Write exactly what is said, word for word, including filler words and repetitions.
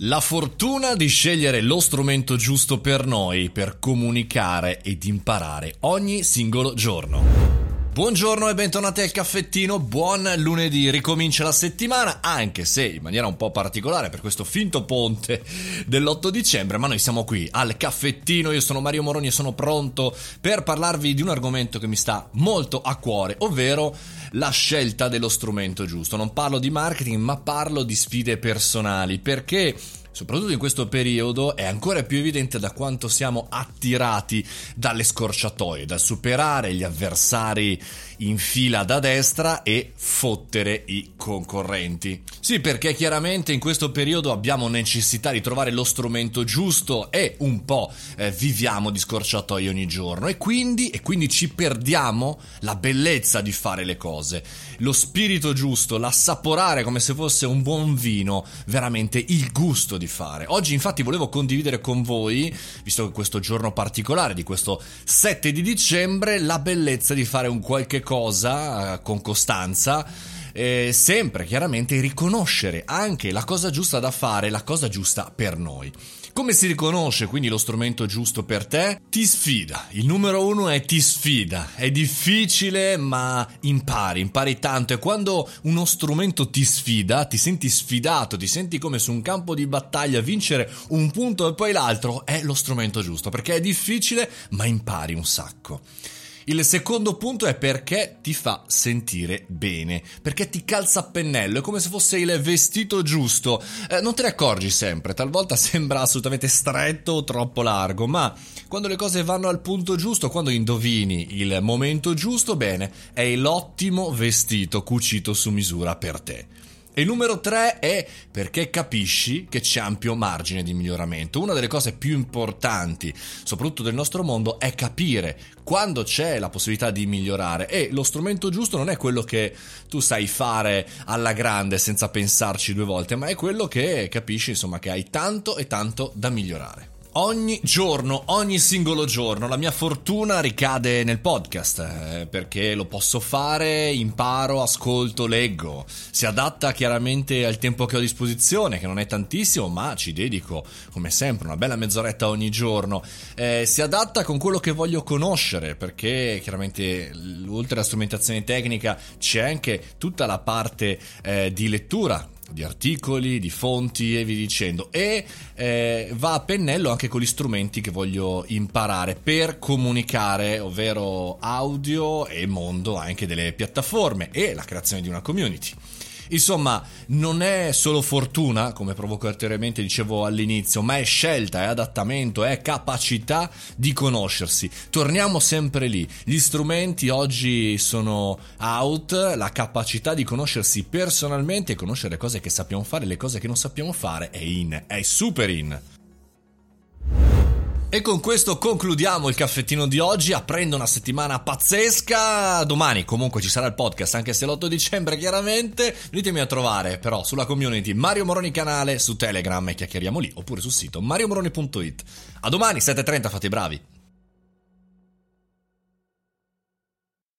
La fortuna di scegliere lo strumento giusto per noi, per comunicare ed imparare ogni singolo giorno. Buongiorno e bentornati al caffettino, buon lunedì, ricomincia la settimana, anche se in maniera un po' particolare per questo finto ponte dell'otto dicembre, ma noi siamo qui al caffettino, io sono Mario Moroni e sono pronto per parlarvi di un argomento che mi sta molto a cuore, ovvero la scelta dello strumento giusto. Non parlo di marketing, ma parlo di sfide personali, perché soprattutto in questo periodo è ancora più evidente da quanto siamo attirati dalle scorciatoie, dal superare gli avversari in fila da destra e fottere i concorrenti. Sì, perché chiaramente in questo periodo abbiamo necessità di trovare lo strumento giusto e un po' eh, viviamo di scorciatoie ogni giorno e quindi, e quindi ci perdiamo la bellezza di fare le cose, lo spirito giusto, l'assaporare come se fosse un buon vino, veramente il gusto di fare. Oggi infatti volevo condividere con voi, visto che questo giorno particolare di questo sette di dicembre, la bellezza di fare un qualche cosa eh, con costanza, eh, sempre chiaramente riconoscere anche la cosa giusta da fare, la cosa giusta per noi. Come si riconosce quindi lo strumento giusto per te? Ti sfida. Il numero uno è ti sfida. È difficile ma impari, impari tanto e quando uno strumento ti sfida, ti senti sfidato, ti senti come su un campo di battaglia vincere un punto e poi l'altro, è lo strumento giusto perché è difficile ma impari un sacco. Il secondo punto è perché ti fa sentire bene, perché ti calza a pennello, è come se fosse il vestito giusto, eh, non te ne accorgi sempre, talvolta sembra assolutamente stretto o troppo largo, ma quando le cose vanno al punto giusto, quando indovini il momento giusto, bene, è l'ottimo vestito cucito su misura per te. E il numero tre è perché capisci che c'è ampio margine di miglioramento. Una delle cose più importanti, soprattutto del nostro mondo, è capire quando c'è la possibilità di migliorare e lo strumento giusto non è quello che tu sai fare alla grande senza pensarci due volte, ma è quello che capisci, insomma, che hai tanto e tanto da migliorare. Ogni giorno, ogni singolo giorno, la mia fortuna ricade nel podcast, eh, perché lo posso fare, imparo, ascolto, leggo. Si adatta chiaramente al tempo che ho a disposizione, che non è tantissimo, ma ci dedico, come sempre, una bella mezz'oretta ogni giorno. Eh, si adatta con quello che voglio conoscere, perché chiaramente oltre alla strumentazione tecnica c'è anche tutta la parte eh, di lettura, di articoli, di fonti e via dicendo, e eh, va a pennello anche con gli strumenti che voglio imparare per comunicare, ovvero audio e mondo anche delle piattaforme e la creazione di una community. Insomma, non è solo fortuna, come provocatoriamente dicevo all'inizio, ma è scelta, è adattamento, è capacità di conoscersi. Torniamo sempre lì. Gli strumenti oggi sono out, la capacità di conoscersi personalmente e conoscere le cose che sappiamo fare, le cose che non sappiamo fare è in, è super in. E con questo concludiamo il caffettino di oggi, aprendo una settimana pazzesca. Domani comunque ci sarà il podcast, anche se l'otto dicembre chiaramente. Venitemi a trovare però sulla community Mario Moroni canale, su Telegram e chiacchieriamo lì, oppure sul sito mario moroni punto it. A domani sette e trenta, fate i bravi.